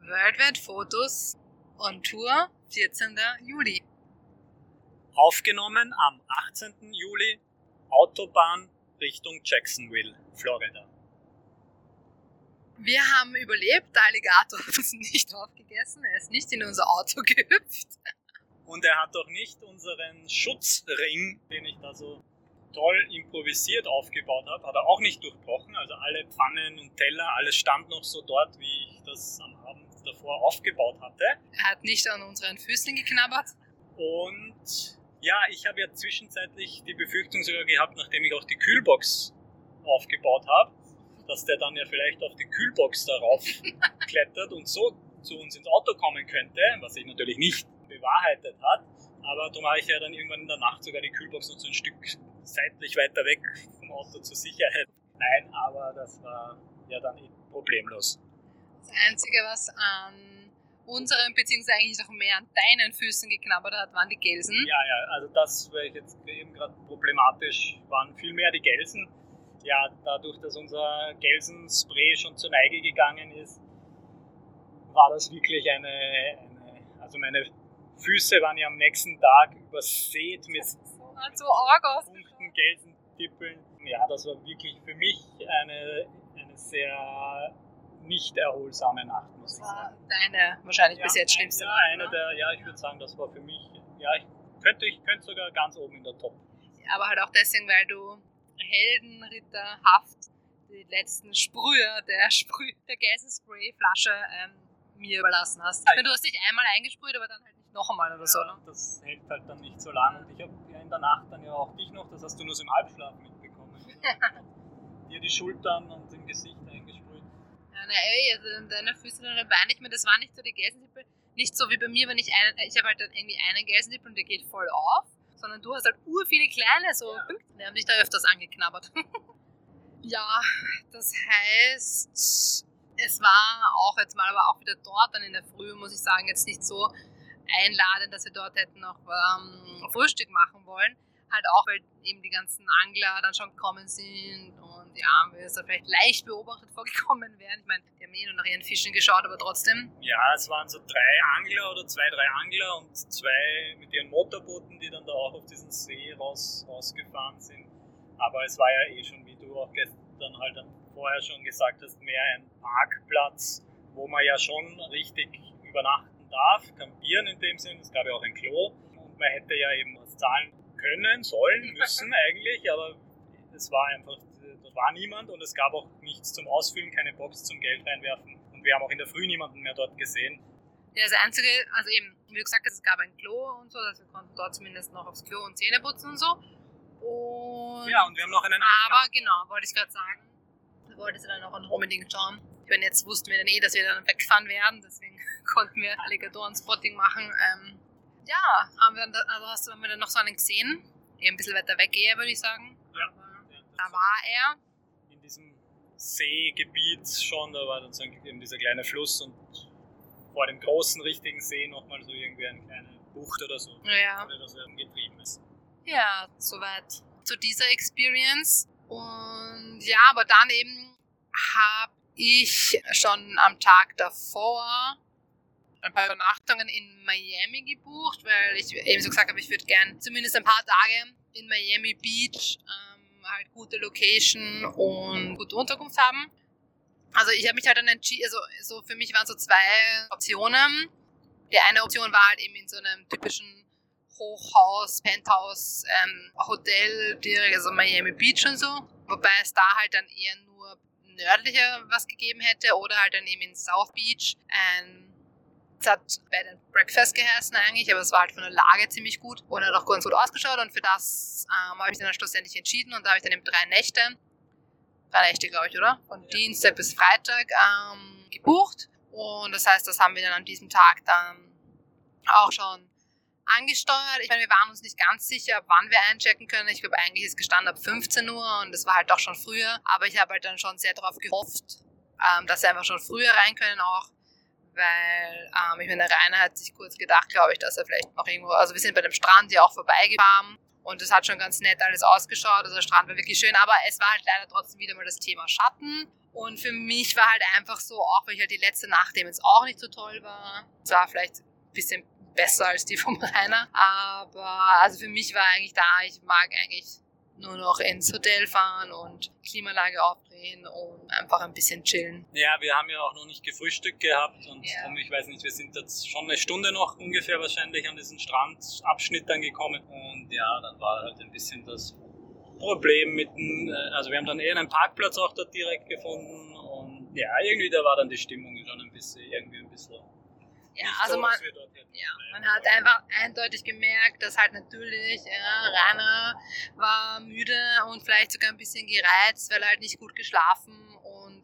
Worldwide Fotos on Tour, 14. Juli. Aufgenommen am 18. Juli, Autobahn Richtung Jacksonville, Florida. Wir haben überlebt, der Alligator hat uns nicht aufgegessen, er ist nicht in unser Auto gehüpft. Und er hat auch nicht unseren Schutzring, den ich da so toll improvisiert aufgebaut habe, hat er auch nicht durchbrochen. Also alle Pfannen und Teller, alles stand noch so dort, wie ich das am Abend davor aufgebaut hatte. Er hat nicht an unseren Füßen geknabbert. Und ja, ich habe ja zwischenzeitlich die Befürchtung sogar gehabt, nachdem ich auch die Kühlbox aufgebaut habe, dass der dann ja vielleicht auf die Kühlbox darauf klettert und so zu uns ins Auto kommen könnte, was sich natürlich nicht bewahrheitet hat. Aber darum habe ich ja dann irgendwann in der Nacht sogar die Kühlbox noch so ein Stück seitlich weiter weg vom Auto zur Sicherheit. Nein, aber das war ja dann problemlos. Das Einzige, was an unseren, beziehungsweise eigentlich noch mehr an deinen Füßen geknabbert hat, waren die Gelsen. Ja, also das wäre ich jetzt eben gerade problematisch, waren viel mehr die Gelsen. Ja, dadurch, dass unser Gelsenspray schon zur Neige gegangen ist, war das wirklich also meine Füße waren ja am nächsten Tag übersät mit bunten Gelsentippeln. Ja, das war wirklich für mich eine sehr nicht erholsame Nacht, muss ich sagen. Deine wahrscheinlich bis jetzt schlimmste Nacht. Ich würde sagen, das war für mich, ich könnte sogar ganz oben in der Top. Aber halt auch deswegen, weil du heldenritterhaft die letzten Sprüher der Gelsensprayflasche mir überlassen hast. Ich meine, du hast dich einmal eingesprüht, aber dann halt nicht noch einmal oder so. Ne? Das hält halt dann nicht so lang. Und ich habe ja in der Nacht dann ja auch dich noch, das hast du nur so im Halbschlaf mitbekommen. Dir die Schultern und im Gesicht eingesprüht. Ja, also deine Füße und deine Beine, ich meine, das war nicht so die Gelsentippel, nicht so wie bei mir, wenn ich habe halt dann irgendwie einen Gelsentippel und der geht voll auf, sondern du hast halt viele kleine so Punkte, die haben dich da öfters angeknabbert. Ja, das heißt, es war auch jetzt mal aber auch wieder dort dann in der Früh, muss ich sagen, jetzt nicht so einladend, dass wir dort hätten noch Frühstück machen wollen. Halt auch, weil eben die ganzen Angler dann schon gekommen sind und ja, wir sind vielleicht leicht beobachtet vorgekommen wären. Ich meine, die haben nur nach ihren Fischen geschaut, aber trotzdem. Ja, es waren so 3 Angler oder 2, 3 Angler und 2 mit ihren Motorbooten, die dann da auch auf diesen See rausgefahren sind. Aber es war ja schon, wie du auch gestern halt vorher schon gesagt hast, mehr ein Parkplatz, wo man ja schon richtig übernachten darf, campieren in dem Sinn. Es gab ja auch ein Klo und man hätte ja eben was zahlen können, sollen, müssen eigentlich, aber es war einfach, da war niemand und es gab auch nichts zum Ausfüllen, keine Box zum Geld reinwerfen und wir haben auch in der Früh niemanden mehr dort gesehen. Ja, das Einzige, also eben, wie du gesagt hast, es gab ein Klo und so, also wir konnten dort zumindest noch aufs Klo und Zähne putzen und so. Und ja, und wir haben noch einen aber genau, wollte ich gerade sagen, da wollte sie dann auch unbedingt schauen. Ich meine, jetzt wussten wir dann dass wir dann wegfahren werden, deswegen konnten wir Alligatoren-Spotting machen. Ja, haben wir dann noch so einen gesehen, ein bisschen weiter weg eher, würde ich sagen. Ja. Aber da war er. In diesem Seegebiet schon, da war dann so eben dieser kleine Fluss und vor dem großen richtigen See nochmal so irgendwie eine kleine Bucht oder so, Ja. wo das getrieben ist. Ja, soweit zu dieser Experience. Und ja, aber dann eben habe ich schon am Tag davor ein paar Übernachtungen in Miami gebucht, weil ich eben so gesagt habe, ich würde gern zumindest ein paar Tage in Miami Beach halt gute Location und gute Unterkunft haben. Also ich habe mich halt dann entschieden, also so für mich waren so 2 Optionen. Die eine Option war halt eben in so einem typischen Hochhaus, Penthouse, Hotel, direkt, also Miami Beach und so. Wobei es da halt dann eher nur nördlicher was gegeben hätte oder halt dann eben in South Beach. Es hat Bed and Breakfast geheißen eigentlich, aber es war halt von der Lage ziemlich gut und hat auch ganz gut ausgeschaut und für das habe ich dann schlussendlich entschieden und da habe ich dann eben 3 Nächte, glaube ich, oder? Von Dienstag bis Freitag gebucht und das heißt, das haben wir dann an diesem Tag dann auch schon angesteuert. Ich meine, wir waren uns nicht ganz sicher, wann wir einchecken können. Ich glaube, eigentlich ist gestanden ab 15 Uhr und das war halt doch schon früher. Aber ich habe halt dann schon sehr darauf gehofft, dass wir einfach schon früher rein können auch, weil ich meine, der Rainer hat sich kurz gedacht, glaube ich, dass er vielleicht noch irgendwo, also wir sind bei dem Strand ja auch vorbeigefahren Und es hat schon ganz nett alles ausgeschaut. Also der Strand war wirklich schön, aber es war halt leider trotzdem wieder mal das Thema Schatten. Und für mich war halt einfach so, auch weil ich halt die letzte Nacht eben jetzt auch nicht so toll war. Es war vielleicht ein bisschen besser als die vom Rainer. Aber also für mich war eigentlich da, ich mag eigentlich nur noch ins Hotel fahren und Klimaanlage aufdrehen und einfach ein bisschen chillen. Ja, wir haben ja auch noch nicht gefrühstückt gehabt und ich weiß nicht, wir sind jetzt schon eine Stunde noch ungefähr wahrscheinlich an diesen Strandabschnitt dann gekommen und ja, dann war halt ein bisschen das Problem mit dem, also wir haben dann einen Parkplatz auch dort direkt gefunden und ja, irgendwie da war dann die Stimmung schon ein bisschen ja, also man hat einfach eindeutig gemerkt, dass halt natürlich Rainer war müde und vielleicht sogar ein bisschen gereizt, weil er halt nicht gut geschlafen und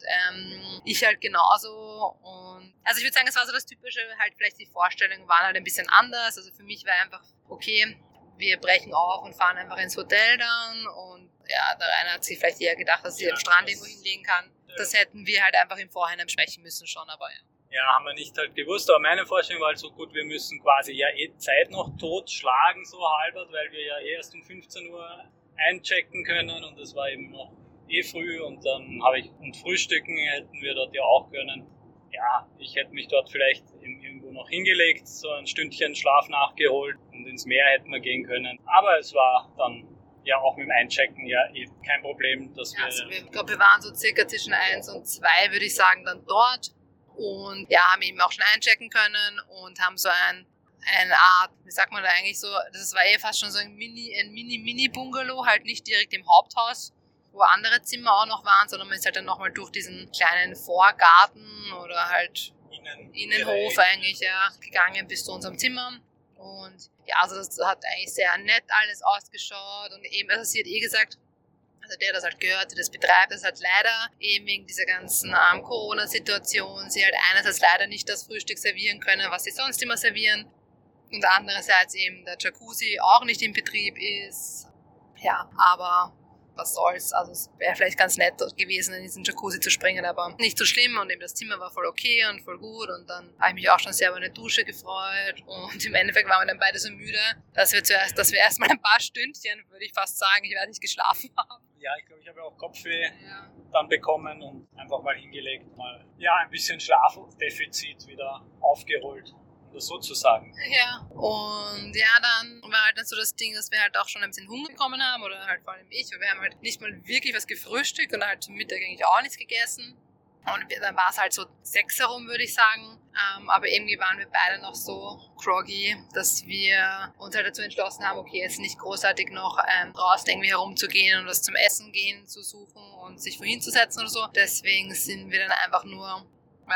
ich halt genauso. Und also ich würde sagen, es war so das Typische, halt vielleicht die Vorstellungen waren halt ein bisschen anders. Also für mich war einfach, okay, wir brechen auf und fahren einfach ins Hotel dann und ja, der Rainer hat sich vielleicht eher gedacht, dass ich am Strand irgendwo hinlegen kann. Das hätten wir halt einfach im Vorhinein besprechen müssen schon, aber ja. Ja, haben wir nicht halt gewusst, aber meine Vorstellung war halt so, gut, wir müssen quasi ja Zeit noch totschlagen, so halbert, weil wir ja erst um 15 Uhr einchecken können und es war eben noch früh und dann und frühstücken hätten wir dort ja auch können. Ja, ich hätte mich dort vielleicht irgendwo noch hingelegt, so ein Stündchen Schlaf nachgeholt und ins Meer hätten wir gehen können. Aber es war dann ja auch mit dem Einchecken ja kein Problem, dass wir... Also ich glaube, wir waren so circa zwischen 1 und 2, würde ich sagen, dann dort. Und ja, haben eben auch schon einchecken können und haben so eine Art, wie sagt man da eigentlich so, das war fast schon so ein Mini-Bungalow, halt nicht direkt im Haupthaus, wo andere Zimmer auch noch waren, sondern man ist halt dann nochmal durch diesen kleinen Vorgarten oder halt Innenhof eigentlich gegangen bis zu unserem Zimmer. Und ja, also das hat eigentlich sehr nett alles ausgeschaut und eben, also sie hat gesagt, also der das halt gehört, der das betreibt, das hat leider eben wegen dieser ganzen Corona-Situation sie halt einerseits leider nicht das Frühstück servieren können, was sie sonst immer servieren und andererseits eben der Jacuzzi auch nicht in Betrieb ist. Ja, aber was soll's, also es wäre vielleicht ganz nett gewesen, in diesen Jacuzzi zu springen, aber nicht so schlimm und eben das Zimmer war voll okay und voll gut und dann habe ich mich auch schon sehr über eine Dusche gefreut und im Endeffekt waren wir dann beide so müde, dass wir erstmal ein paar Stündchen, würde ich fast sagen, ich werde nicht geschlafen haben. Ja, ich glaube, ich habe auch Kopfweh dann bekommen und einfach mal hingelegt, mal ein bisschen Schlafdefizit wieder aufgeholt. Sozusagen. Ja, und ja, dann war halt dann so das Ding, dass wir halt auch schon ein bisschen Hunger bekommen haben, oder halt vor allem ich, und wir haben halt nicht mal wirklich was gefrühstückt und halt zum Mittag eigentlich auch nichts gegessen. Und dann war es halt so 6 herum, würde ich sagen. Aber irgendwie waren wir beide noch so groggy, dass wir uns halt dazu entschlossen haben, okay, jetzt nicht großartig noch draußen irgendwie herumzugehen und was zum Essen gehen zu suchen und sich wohin zu setzen oder so. Deswegen sind wir dann einfach nur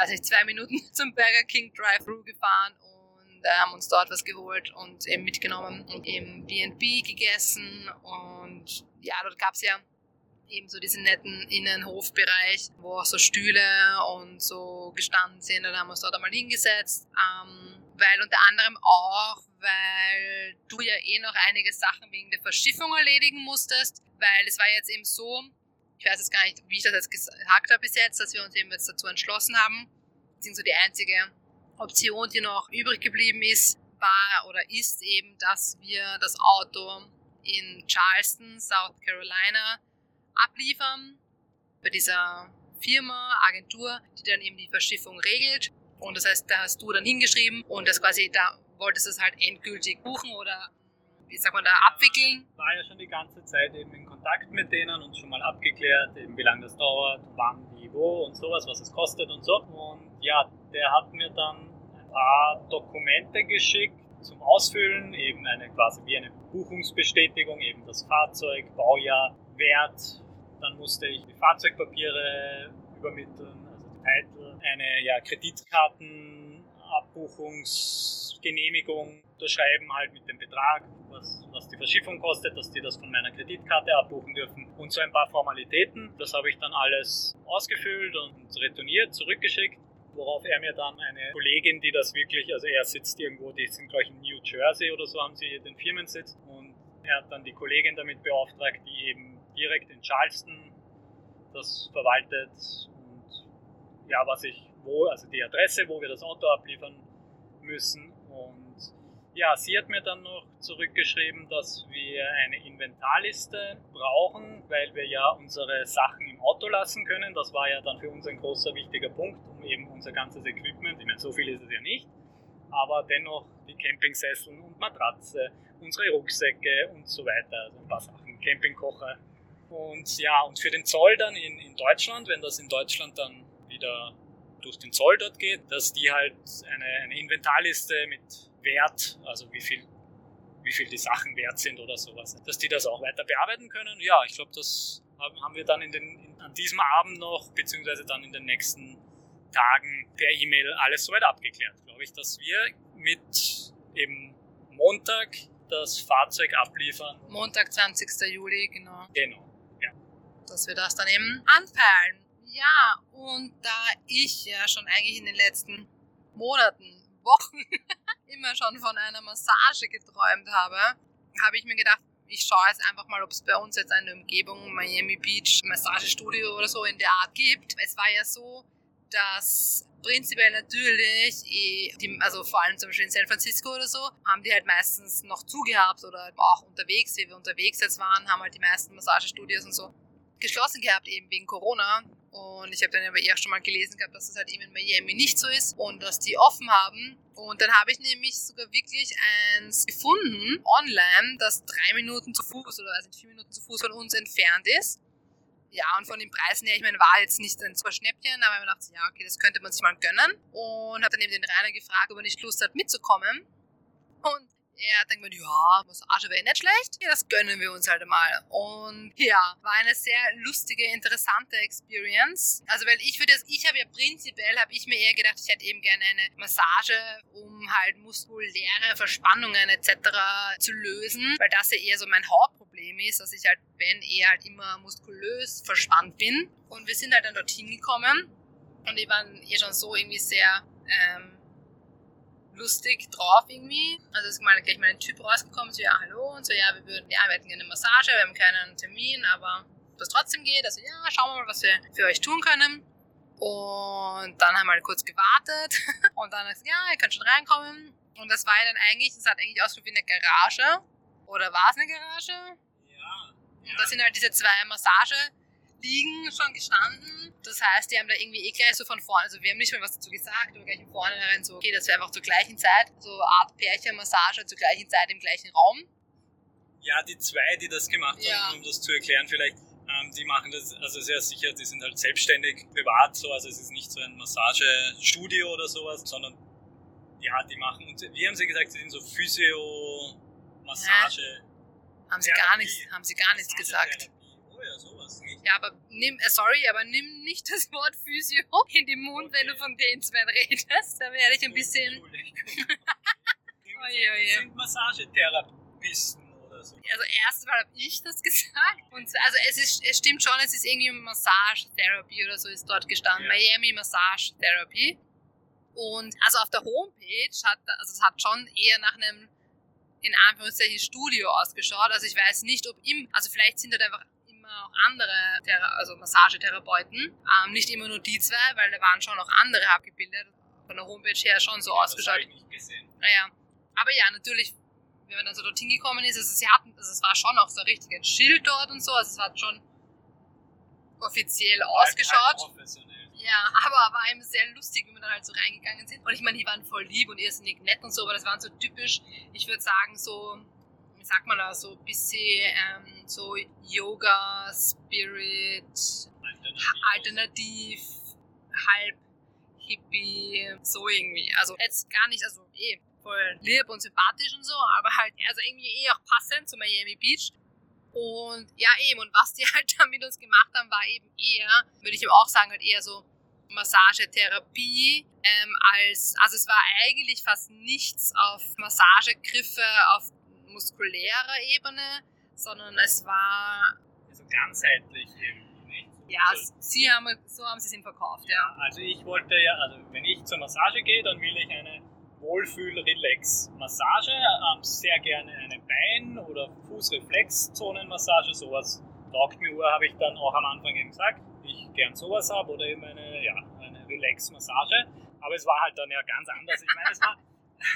2 Minuten zum Burger King Drive-Thru gefahren und haben uns dort was geholt und eben mitgenommen und im B&B gegessen. Und ja, dort gab es ja eben so diesen netten Innenhofbereich, wo auch so Stühle und so gestanden sind. Und dann haben wir uns dort einmal hingesetzt, weil unter anderem auch, weil du ja noch einige Sachen wegen der Verschiffung erledigen musstest, weil es war jetzt eben so, ich weiß jetzt gar nicht, wie ich das jetzt gesagt habe bis jetzt, dass wir uns eben jetzt dazu entschlossen haben, beziehungsweise die einzige Option, die noch übrig geblieben ist, war oder ist eben, dass wir das Auto in Charleston, South Carolina, abliefern bei dieser Firma, Agentur, die dann eben die Verschiffung regelt. Und das heißt, da hast du dann hingeschrieben und das quasi, da wolltest du es halt endgültig buchen oder wie sagt man da, abwickeln. War ja schon die ganze Zeit eben in Kontakt mit denen und schon mal abgeklärt, eben wie lange das dauert, wann, wie, wo und sowas, was es kostet und so. Und ja, der hat mir dann ein paar Dokumente geschickt zum Ausfüllen, eben quasi wie eine Buchungsbestätigung, eben das Fahrzeug, Baujahr, Wert. Dann musste ich die Fahrzeugpapiere übermitteln, also die Titel, eine Kreditkartenabbuchungsgenehmigung unterschreiben, halt mit dem Betrag, was die Verschiffung kostet, dass die das von meiner Kreditkarte abbuchen dürfen und so ein paar Formalitäten. Das habe ich dann alles ausgefüllt und retourniert, zurückgeschickt, worauf er mir dann eine Kollegin, die das wirklich, also er sitzt irgendwo, die sind gleich in New Jersey oder so, haben sie hier den Firmensitz und er hat dann die Kollegin damit beauftragt, die eben direkt in Charleston das verwaltet und also die Adresse, wo wir das Auto abliefern müssen und Ja, sie hat mir dann noch zurückgeschrieben, dass wir eine Inventarliste brauchen, weil wir ja unsere Sachen im Auto lassen können. Das war ja dann für uns ein großer, wichtiger Punkt, um eben unser ganzes Equipment, ich meine, so viel ist es ja nicht, aber dennoch die Campingsesseln und Matratze, unsere Rucksäcke und so weiter, also ein paar Sachen, Campingkocher. Und ja, und für den Zoll dann in Deutschland, wenn das in Deutschland dann wieder durch den Zoll dort geht, dass die halt eine Inventarliste mit Wert, also wie viel die Sachen wert sind oder sowas, dass die das auch weiter bearbeiten können. Ja, ich glaube, das haben wir dann an diesem Abend noch, beziehungsweise dann in den nächsten Tagen per E-Mail alles soweit abgeklärt. Glaube ich, dass wir mit eben Montag das Fahrzeug abliefern. Montag, 20. Juli, genau. Genau, ja. Dass wir das dann eben anpeilen. Ja, und da ich ja schon eigentlich in den letzten Monaten, Wochen immer schon von einer Massage geträumt habe, habe ich mir gedacht, ich schaue jetzt einfach mal, ob es bei uns jetzt eine Umgebung, Miami Beach, Massagestudio oder so in der Art gibt. Es war ja so, dass prinzipiell natürlich, also vor allem zum Beispiel in San Francisco oder so, haben die halt meistens noch zugehabt oder auch unterwegs, wie wir unterwegs jetzt waren, haben halt die meisten Massagestudios und so geschlossen gehabt, eben wegen Corona. Und ich habe dann aber eher schon mal gelesen gehabt, dass das halt eben in Miami nicht so ist und dass die offen haben. Und dann habe ich nämlich sogar wirklich eins gefunden, online, das 3 Minuten zu Fuß oder also 4 Minuten zu Fuß von uns entfernt ist. Ja, und von den Preisen her, ich meine, war jetzt nicht ein super Schnäppchen, aber ich mir dachte, ja, okay, das könnte man sich mal gönnen. Und habe dann eben den Rainer gefragt, ob er nicht Lust hat mitzukommen. Und er hat dann gemeint, ja, Massage wäre nicht schlecht. Ja, das gönnen wir uns halt mal. Und ja, war eine sehr lustige, interessante Experience. Also, weil ich habe ja prinzipiell, habe ich mir eher gedacht, ich hätte eben gerne eine Massage, um halt muskuläre Verspannungen etc. zu lösen. Weil das ja eher so mein Hauptproblem ist, dass ich halt, wenn eher halt immer muskulös verspannt bin. Und wir sind halt dann dorthin gekommen. Und die waren schon so irgendwie sehr, lustig drauf irgendwie. Also ist mal gleich mal ein Typ rausgekommen, so ja, hallo und so, ja, wir hätten gerne eine Massage, wir haben keinen Termin, aber das trotzdem geht. Also ja, schauen wir mal, was wir für euch tun können. Und dann haben wir halt kurz gewartet und dann gesagt, ja, ihr könnt schon reinkommen. Und das war ja dann eigentlich, das hat eigentlich ausgesehen wie eine Garage. Oder war es eine Garage? Ja. Und da sind halt diese 2 Massageliegen schon gestanden. Das heißt, die haben da irgendwie gleich so von vorne, also wir haben nicht mehr was dazu gesagt, aber gleich von vornherein so, okay, das wäre einfach zur gleichen Zeit, so eine Art Pärchenmassage zur gleichen Zeit im gleichen Raum. Ja, die 2, die das gemacht haben, um das zu erklären vielleicht, die machen das, also sehr sicher, die sind halt selbstständig, privat so, also es ist nicht so ein Massagestudio oder sowas, sondern ja, die machen, und wie haben sie gesagt, sie sind so Physio-Massage. Haben sie gar nichts gesagt. Oh ja, sowas nicht. Ja, aber nimm nicht das Wort Physio in den Mund, okay, wenn du von den 2 redest. Da werde ich ein bisschen... Die sind Massagetherapisten oder so. Also erstens Mal habe ich das gesagt. Und also es stimmt schon, es ist irgendwie Massage Therapy oder so ist dort gestanden. Ja. Miami Massage Therapy. Und also auf der Homepage es hat schon eher nach einem, in Anführungszeichen, Studio ausgeschaut. Also ich weiß nicht, ob also vielleicht sind dort einfach auch andere Massagetherapeuten, nicht immer nur die 2, weil da waren schon noch andere abgebildet, von der Homepage her schon so ausgeschaut. Das habe ich nicht gesehen. Naja, aber ja, natürlich, wenn man dann so dorthin gekommen ist, es war schon auch so richtig ein Schild dort und so, also es hat schon offiziell ausgeschaut. Ja, aber war eben sehr lustig, wie wir dann halt so reingegangen sind. Und ich meine, die waren voll lieb und irrsinnig nett und so, aber das waren so typisch, ich würde sagen, so, wie sagt man da, so ein bisschen so Yoga, Spirit, alternativ, halb Hippie, so irgendwie. Also jetzt gar nicht, also voll lieb und sympathisch und so, aber halt also irgendwie auch passend zu Miami Beach. Und ja eben, und was die halt da mit uns gemacht haben, war eben eher, würde ich eben auch sagen, halt eher so Massagetherapie, also es war eigentlich fast nichts auf Massagegriffe auf muskulärer Ebene, sondern es war also ganzheitlich irgendwie, nicht? Ja, also, so haben sie es ihm verkauft, ja. Also ich wollte wenn ich zur Massage gehe, dann will ich eine Wohlfühl-Relax-Massage, sehr gerne eine Bein- oder Fußreflexzonenmassage, sowas taugt mir, habe ich dann auch am Anfang eben gesagt, ich gern sowas habe oder eben eine Relax-Massage, aber es war halt dann ja ganz anders. Ich meine,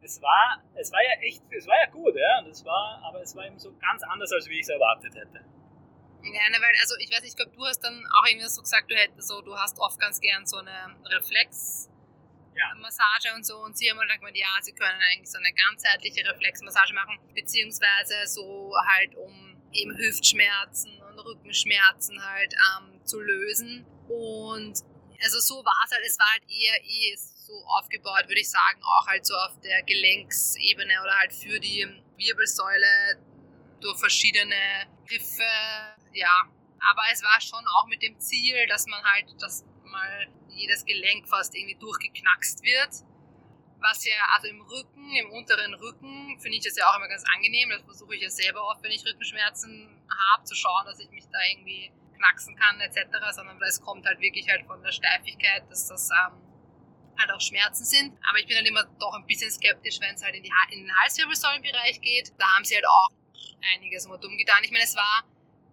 es war ja gut, ja, und aber es war eben so ganz anders, als wie ich es erwartet hätte. Ja, weil, also ich weiß nicht, ich glaube, du hast dann auch irgendwie so gesagt, du hast oft ganz gern so eine Reflexmassage und so, und sie haben halt gemeint, ja, sie können eigentlich so eine ganzheitliche Reflexmassage machen, beziehungsweise so halt um eben Hüftschmerzen und Rückenschmerzen halt zu lösen. Und also so war es halt, es war halt eher so aufgebaut, würde ich sagen, auch halt so auf der Gelenksebene oder halt für die Wirbelsäule durch verschiedene Griffe, ja. Aber es war schon auch mit dem Ziel, dass man halt, dass mal jedes Gelenk fast irgendwie durchgeknackst wird. Was ja, also im Rücken, im unteren Rücken, finde ich das ja auch immer ganz angenehm. Das versuche ich ja selber oft, wenn ich Rückenschmerzen habe, zu schauen, dass ich mich da irgendwie knacksen kann etc., sondern es kommt halt wirklich halt von der Steifigkeit, dass das halt auch Schmerzen sind. Aber ich bin halt immer doch ein bisschen skeptisch, wenn es halt in den Halswirbelsäulenbereich geht. Da haben sie halt auch einiges immer dumm getan. Ich meine, es war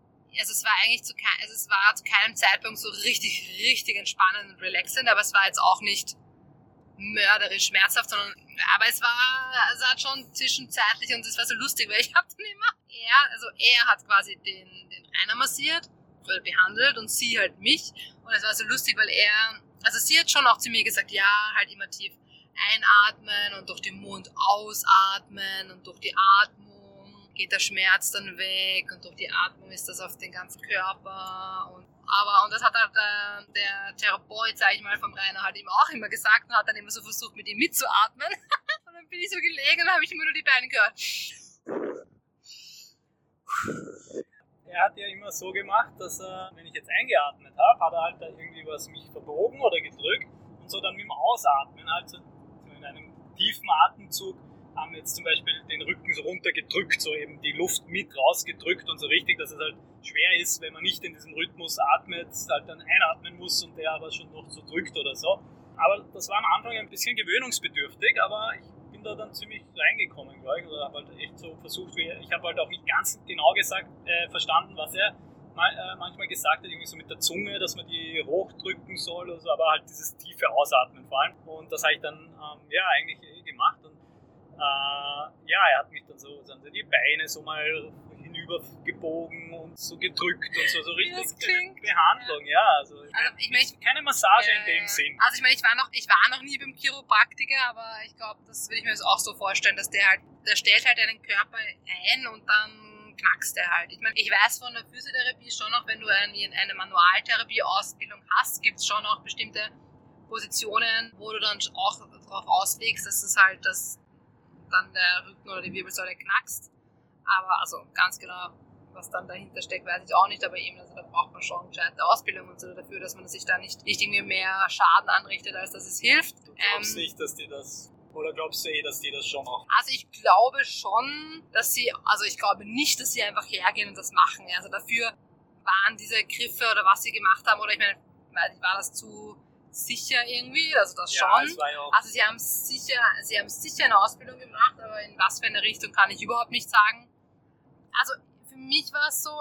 zu keinem Zeitpunkt so richtig entspannend und relaxend, aber es war jetzt auch nicht mörderisch schmerzhaft, aber es hat schon zwischenzeitlich, und es war so lustig, weil ich habe dann immer, er hat quasi den Rainer massiert oder behandelt und sie halt mich, und es war so lustig, weil sie hat schon auch zu mir gesagt, ja, halt immer tief einatmen und durch den Mund ausatmen, und durch die Atmung geht der Schmerz dann weg, und durch die Atmung ist das auf den ganzen Körper. Und das hat halt der Therapeut, sag ich mal, vom Rainer halt ihm auch immer gesagt, und hat dann immer so versucht, mit ihm mitzuatmen. Und dann bin ich so gelegen und habe ich immer nur die Beine gehört. Er hat ja immer so gemacht, dass er, wenn ich jetzt eingeatmet habe, hat er halt da irgendwie was mich verbogen oder gedrückt, und so dann mit dem Ausatmen halt so in einem tiefen Atemzug haben jetzt zum Beispiel den Rücken so runtergedrückt, so eben die Luft mit rausgedrückt, und so richtig, dass es halt schwer ist, wenn man nicht in diesem Rhythmus atmet, halt dann einatmen muss und der aber schon noch so drückt oder so. Aber das war am Anfang ein bisschen gewöhnungsbedürftig, aber ich bin da dann ziemlich reingekommen, glaube ich, oder habe halt echt so versucht, ich habe halt auch nicht ganz genau verstanden, was er manchmal gesagt hat, irgendwie so mit der Zunge, dass man die hochdrücken soll oder so, aber halt dieses tiefe Ausatmen vor allem. Und das habe ich dann eigentlich gemacht, und er hat mich dann so die Beine so mal hinübergebogen und so gedrückt und so richtig Behandlung, also ich meine, keine Massage in dem Sinn. Also ich meine, ich war noch nie beim Chiropraktiker, aber ich glaube, das würde ich mir auch so vorstellen, dass der stellt halt deinen Körper ein und dann knackst der halt. Ich meine, ich weiß von der Physiotherapie schon noch, wenn du eine Manualtherapie-Ausbildung hast, gibt es schon auch bestimmte Positionen, wo du dann auch darauf auslegst, dass es halt dann der Rücken oder die Wirbelsäule knackst. Aber also ganz genau, was dann dahinter steckt, weiß ich auch nicht. Aber eben, also da braucht man schon gescheite Ausbildung und so dafür, dass man sich da nicht irgendwie mehr Schaden anrichtet, als dass es hilft. Du glaubst nicht, dass die das, oder glaubst du dass die das schon machen? Also ich glaube schon, ich glaube nicht, dass sie einfach hergehen und das machen. Also dafür waren diese Griffe oder was sie gemacht haben, oder ich meine, war das zu sicher irgendwie, also das schon. Also sie haben sicher eine Ausbildung gemacht, aber in was für eine Richtung kann ich überhaupt nicht sagen. Also für mich war es so,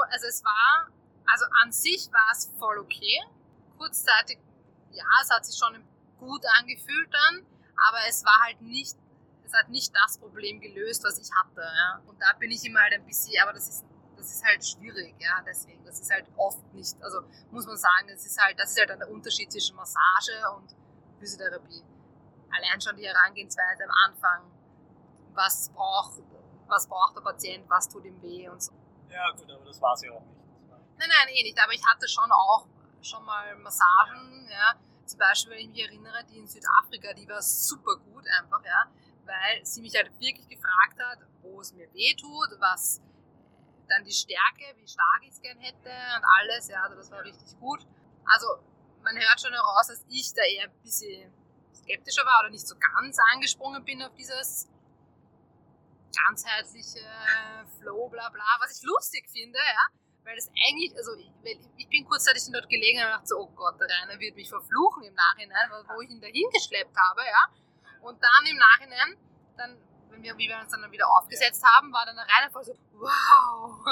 an sich war es voll okay. Kurzzeitig, ja, es hat sich schon gut angefühlt dann, aber es hat nicht das Problem gelöst, was ich hatte. Ja. Und da bin ich immer halt ein bisschen, aber das ist halt schwierig, ja, deswegen. Das ist halt oft nicht, also muss man sagen, das ist halt dann der Unterschied zwischen Massage und Physiotherapie. Allein schon die Herangehensweise am Anfang, was braucht der Patient, was tut ihm weh und so. Ja gut, aber das war es ja auch nicht. Nein, eh nicht, aber ich hatte schon mal Massagen, ja, zum Beispiel, wenn ich mich erinnere, die in Südafrika, die war super gut einfach, ja, weil sie mich halt wirklich gefragt hat, wo es mir weh tut, was dann die Stärke, wie stark ich es gern hätte und alles, ja, also das war richtig gut. Also man hört schon heraus, dass ich da eher ein bisschen skeptischer war oder nicht so ganz angesprungen bin auf dieses ganzheitliche Flow, bla bla, was ich lustig finde, ja, weil das eigentlich, also ich bin kurzzeitig dort gelegen und dachte so, oh Gott, der Rainer wird mich verfluchen im Nachhinein, wo ich ihn dahin geschleppt habe, ja, und dann im Nachhinein, dann, wie wir uns dann wieder aufgesetzt haben, war dann der Rainer voll so, wow.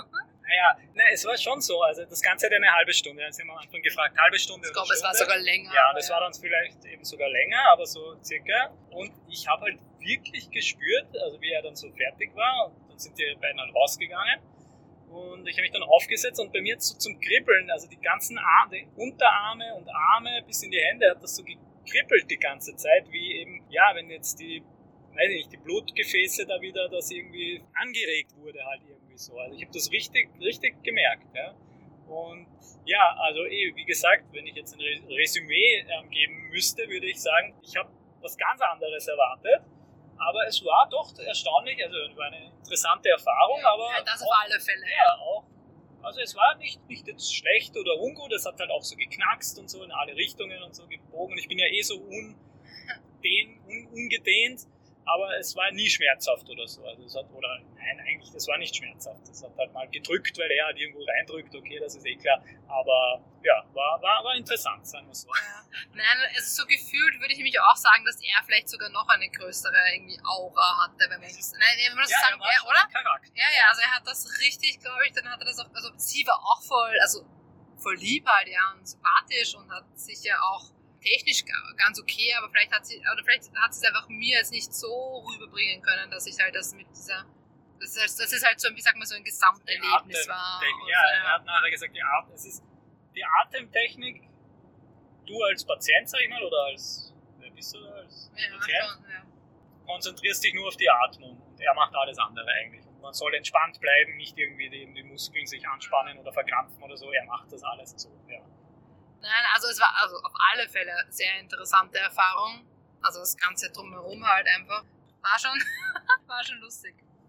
Naja, es war schon so. Also das Ganze hat eine halbe Stunde. Sie haben am Anfang gefragt, halbe Stunde Ich oder glaube, es war Stunde. sogar länger. Ja, das war dann vielleicht eben sogar länger, aber so circa. Und ich habe halt wirklich gespürt, also wie er dann so fertig war, und dann sind die beiden halt rausgegangen. Und ich habe mich dann aufgesetzt und bei mir so zum Kribbeln, also die ganzen die Unterarme und Arme bis in die Hände hat das so gekribbelt die ganze Zeit, wie eben, ja, wenn jetzt die Blutgefäße da wieder, das irgendwie angeregt wurde halt irgendwie so. Also ich habe das richtig gemerkt, ja. Und ja, also wie gesagt, wenn ich jetzt ein Resümee geben müsste, würde ich sagen, ich habe was ganz anderes erwartet, aber es war doch erstaunlich, also es war eine interessante Erfahrung, Ja, aber das auf alle Fälle. ja, auch. Also es war nicht jetzt schlecht oder ungut, es hat halt auch so geknackst und so in alle Richtungen und so gebogen. Und ich bin ja so ungedehnt, aber es war nie schmerzhaft oder so. Also das war nicht schmerzhaft. Es hat halt mal gedrückt, weil er halt irgendwo reindrückt, okay, das ist eh klar. Aber ja, war interessant, sagen wir so. Ja. Nein, also so gefühlt würde ich nämlich auch sagen, dass er vielleicht sogar noch eine größere irgendwie Aura hatte, wenn man das, wenn man das Ja, sagen, er war schon oder? ein Charakter. Ja, also er hat das richtig, glaube ich, dann hat er das auch, also sie war auch voll lieb halt, ja, und sympathisch und hat sich ja auch technisch ganz okay, aber vielleicht hat sie es einfach mir jetzt nicht so rüberbringen können, dass ich halt das mit dieser, das ist halt so, wie sagt man, so ein Gesamterlebnis war. Ja, er hat nachher gesagt, es ist die Atemtechnik, du als Patient, sag ich mal, oder wer bist du da, als Patient, schon, ja. konzentrierst dich nur auf die Atmung und er macht alles andere eigentlich. Und man soll entspannt bleiben, nicht irgendwie die Muskeln sich anspannen oder verkrampfen oder so, er macht das alles so, ja. Nein, also es war auf alle Fälle eine sehr interessante Erfahrung. Also das Ganze drumherum halt einfach. War schon lustig.